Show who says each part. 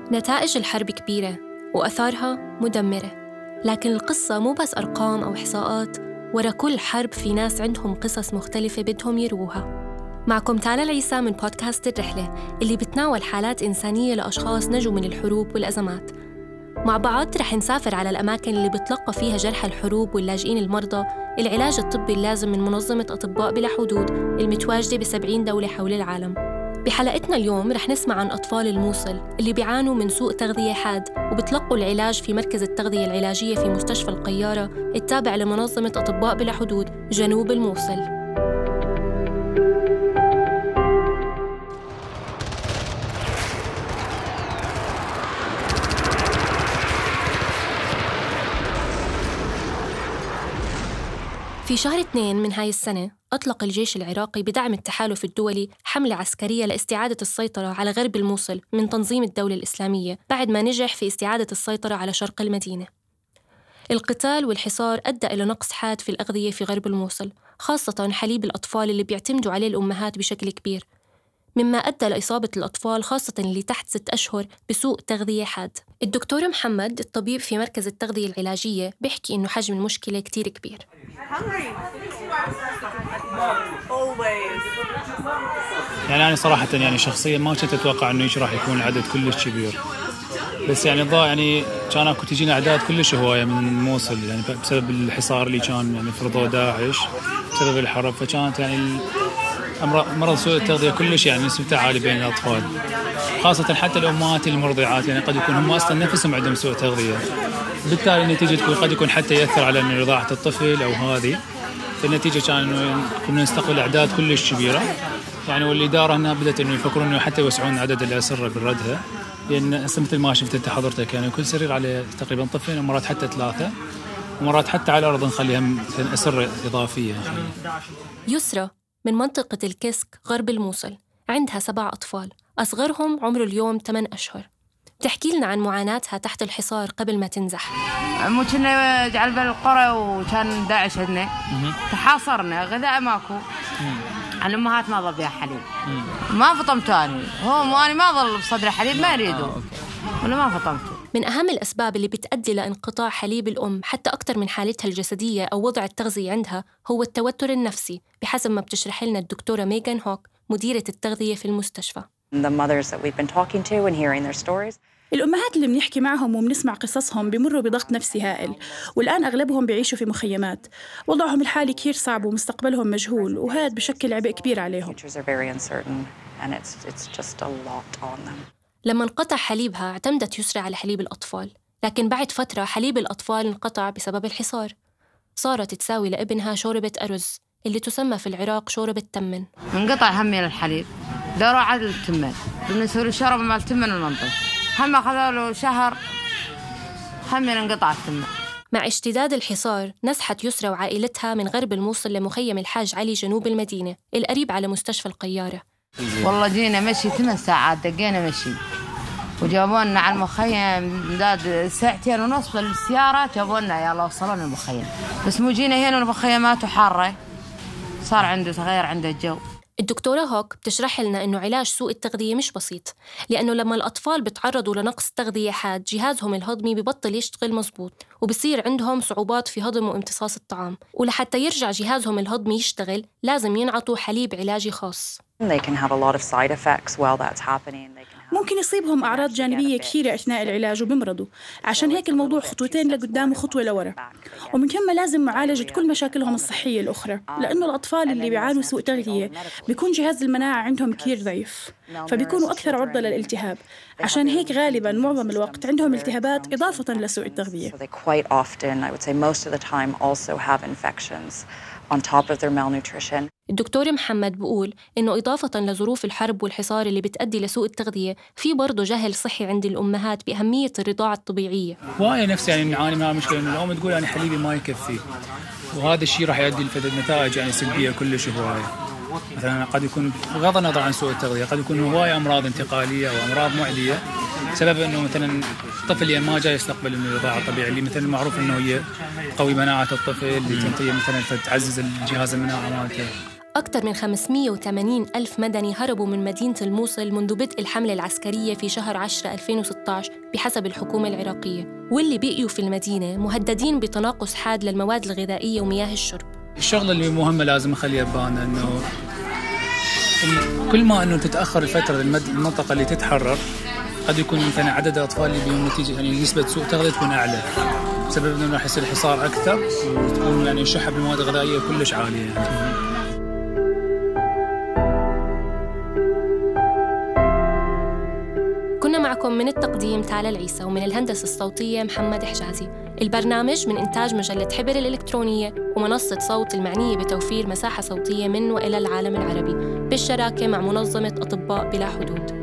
Speaker 1: نتائج الحرب كبيرة وأثارها مدمرة، لكن القصة مو بس أرقام أو إحصاءات. ورا كل حرب في ناس عندهم قصص مختلفة بدهم يروها. معكم تالا العيسى من بودكاست الرحلة اللي بتناول حالات إنسانية لأشخاص نجوا من الحروب والأزمات. مع بعض رح نسافر على الأماكن اللي بتلقى فيها جرحى الحروب واللاجئين المرضى العلاج الطبي اللازم من منظمة أطباء بلا حدود المتواجدة ب70 دولة حول العالم. بحلقتنا اليوم رح نسمع عن أطفال الموصل اللي بيعانوا من سوء تغذية حاد وبتلقوا العلاج في مركز التغذية العلاجية في مستشفى القيارة التابع لمنظمة أطباء بلا حدود جنوب الموصل. في شهر 2 من هاي السنة أطلق الجيش العراقي بدعم التحالف الدولي حملة عسكرية لاستعادة السيطرة على غرب الموصل من تنظيم الدولة الإسلامية بعد ما نجح في استعادة السيطرة على شرق المدينة. القتال والحصار أدى إلى نقص حاد في الأغذية في غرب الموصل، خاصة حليب الأطفال اللي بيعتمدوا عليه الأمهات بشكل كبير، مما أدى لإصابة الأطفال خاصة اللي تحت 6 أشهر بسوء تغذية حاد. الدكتور محمد الطبيب في مركز التغذية العلاجية بيحكي إنه حجم المشكلة كتير كبير.
Speaker 2: يعني أنا صراحة يعني شخصياً ما كنت أتوقع إنه راح يكون العدد كلش كبير، بس يعني يعني كان أكو تجينا أعداد كلش هواية من الموصل، يعني بسبب الحصار اللي كان يعني فرضوه داعش بسبب الحرب، فكانت يعني مرض سوء التغذية كلش يعني نسبته عالية بين الأطفال، خاصة حتى الأمهات المرضعات، يعني قد يكون هم أصلاً نفسهم عندهم سوء تغذية، بالتالي النتيجة تكون قد يكون حتى يأثر على رضاعة الطفل أو هذه. فالنتيجة كان إنه كنا نستقبل أعداد كلش كبيرة يعني، والإدارة هنا بدأت إنه يفكرون إنه حتى يوسعون عدد الأسرة بالردها، لأن مثل ما شفت أنت حضرتك يعني كل سرير على تقريبا طفلين ومرات حتى 3، ومرات حتى على الأرض نخليها مثلا أسرة إضافية.
Speaker 1: يسرى من منطقة الكسك غرب الموصل عندها 7 أطفال، أصغرهم عمره اليوم 8 أشهر. تحكي لنا عن معاناتها تحت الحصار قبل ما تنزح.
Speaker 3: مو كنا جعل بالقرى وكان داعش عندنا تحاصرنا، غذاء ماكو، الأمهات ما ظل بها حليب، ما فطمت أنا، أنا ما ظل بصدر حليب ما يريدوا ولا ما فطمته.
Speaker 1: من أهم الأسباب اللي بتؤدي لانقطاع حليب الأم حتى أكثر من حالتها الجسدية أو وضع التغذية عندها هو التوتر النفسي، بحسب ما بتشرح لنا الدكتورة ميغان هوك مديرة التغذية في المستشفى.
Speaker 4: الأمهات اللي بنحكي معهم وبنسمع قصصهم بمروا بضغط نفسي هائل، والآن أغلبهم بيعيشوا في مخيمات، وضعهم الحالي كثير صعب ومستقبلهم مجهول، وهذا بشكل عبء كبير عليهم.
Speaker 1: لما انقطع حليبها اعتمدت يسرى على حليب الأطفال، لكن بعد فترة حليب الأطفال انقطع بسبب الحصار. صارت تساوي لابنها شوربة أرز اللي تسمى في العراق شوربة تمن.
Speaker 3: انقطع همي الحليب، داروا على التمن، بالنسبة للشوربة مع التمن المنطقة هم أخذوا له شهر، هم انقطع التمن.
Speaker 1: مع اشتداد الحصار نزحت يسرى وعائلتها من غرب الموصل لمخيم الحاج علي جنوب المدينة القريب على مستشفى القيارة.
Speaker 3: والله جينا مشي 8 ساعات، دقينا مشي وجابونا على المخيم، داد 2.5 ساعة بالسيارة جابونا يلا وصلنا المخيم، بس مو جينا هنا المخيمات وحارة، صار عنده تغير عنده الجو.
Speaker 1: الدكتورة هوك بتشرح لنا إنه علاج سوء التغذية مش بسيط، لأنه لما الأطفال بتعرضوا لنقص تغذية حاد جهازهم الهضمي ببطل يشتغل مزبوط، وبصير عندهم صعوبات في هضم وامتصاص الطعام، ولحتى يرجع جهازهم الهضمي يشتغل لازم ينعطوا حليب علاجي خاص.
Speaker 4: ممكن يصيبهم أعراض جانبية كثيرة أثناء العلاج وبمرضوا، عشان هيك الموضوع خطوتين لقدام وخطوة لورا، ومن ثم لازم معالجة كل مشاكلهم الصحية الأخرى، لأنه الأطفال اللي بيعانوا سوء تغذية بيكون جهاز المناعة عندهم كثير ضعيف، فبيكونوا أكثر عرضة للالتهاب، عشان هيك غالباً معظم الوقت عندهم التهابات إضافة لسوء التغذية.
Speaker 1: الدكتور محمد بيقول إنه إضافة لظروف الحرب والحصار اللي بتؤدي لسوء التغذية في برضه جهل صحي عند الأمهات بأهمية الرضاعة الطبيعية.
Speaker 2: وهي نفس يعني نعاني منها مشكلة إنه الأم تقول يعني حليبي ما يكفي، وهذا الشيء راح يؤدي لنتائج يعني سلبية كلش هواية. مثلا قد يكون بغض النظر عن سوء التغذية قد يكون هواية أمراض انتقالية أو أمراض معدية سبب إنه مثلا الطفل يعني ما جاي يستقبل إنه الرضاعة الطبيعية اللي مثلا معروف إنه هي قوي مناعة الطفل اللي تنطيه مثلا فتعزز الجهاز المناعة مالته.
Speaker 1: أكثر من 580 ألف مدني هربوا من مدينة الموصل منذ بدء الحملة العسكرية في شهر 10 2016 بحسب الحكومة العراقية، واللي بقيوا في المدينة مهددين بتناقص حاد للمواد الغذائية ومياه الشرب.
Speaker 2: الشغلة اللي مهمة لازم نخليها ببالنا إنه كل ما إنه تتأخر الفترة المنطقة اللي تتحرر قد يكون مثلا عدد الأطفال اللي بيهم نتيجة يعني نسبة سوء تغذية تكون أعلى، بسبب إنه راح يصير حصار أكثر وتكون يعني الشحة بالمواد الغذائية كلش عالية يعني.
Speaker 1: كنا معكم من التقديم تالا العيسى، ومن الهندسة الصوتية محمد حجازي. البرنامج من إنتاج مجلة حبر الإلكترونية ومنصة صوت المعنية بتوفير مساحة صوتية من وإلى العالم العربي بالشراكة مع منظمة أطباء بلا حدود.